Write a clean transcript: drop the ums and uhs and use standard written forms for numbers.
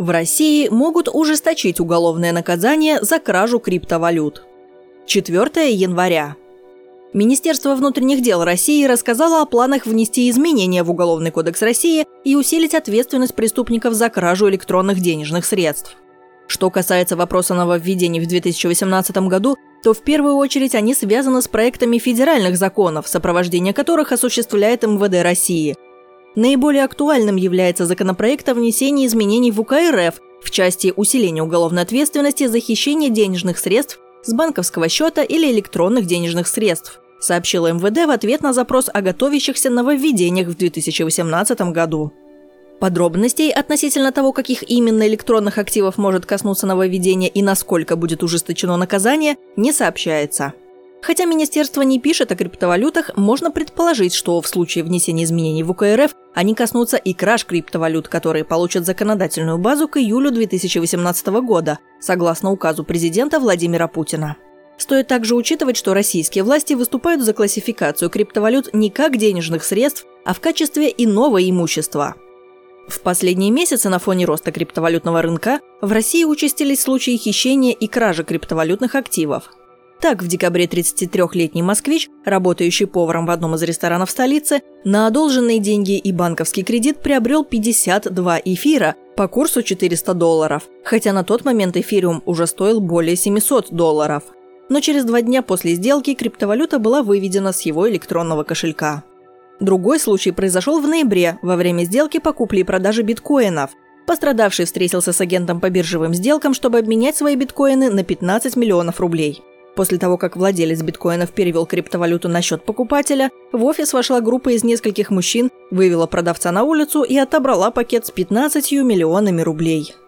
В России могут ужесточить уголовное наказание за кражу криптовалют. 4 января. Министерство внутренних дел России рассказало о планах внести изменения в Уголовный кодекс России и усилить ответственность преступников за кражу электронных денежных средств. Что касается вопроса нововведений в 2018 году, то в первую очередь они связаны с проектами федеральных законов, сопровождение которых осуществляет МВД России. Наиболее актуальным является законопроект о внесении изменений в УК РФ в части усиления уголовной ответственности за хищение денежных средств с банковского счета или электронных денежных средств, сообщила МВД в ответ на запрос о готовящихся нововведениях в 2018 году. Подробностей относительно того, каких именно электронных активов может коснуться нововведение и насколько будет ужесточено наказание, не сообщается. Хотя министерство не пишет о криптовалютах, можно предположить, что в случае внесения изменений в УК РФ они коснутся и краж криптовалют, которые получат законодательную базу к июлю 2018 года, согласно указу президента Владимира Путина. Стоит также учитывать, что российские власти выступают за классификацию криптовалют не как денежных средств, а в качестве иного имущества. В последние месяцы на фоне роста криптовалютного рынка в России участились случаи хищения и кражи криптовалютных активов. Так, в декабре 33-летний москвич, работающий поваром в одном из ресторанов столицы, на одолженные деньги и банковский кредит приобрел 52 эфира по курсу $400, хотя на тот момент эфириум уже стоил более $700. Но через 2 дня после сделки криптовалюта была выведена с его электронного кошелька. Другой случай произошел в ноябре, во время сделки по купле и продаже биткоинов. Пострадавший встретился с агентом по биржевым сделкам, чтобы обменять свои биткоины на 15 миллионов рублей. После того, как владелец биткоинов перевел криптовалюту на счет покупателя, в офис вошла группа из нескольких мужчин, вывела продавца на улицу и отобрала пакет с 15 миллионами рублей.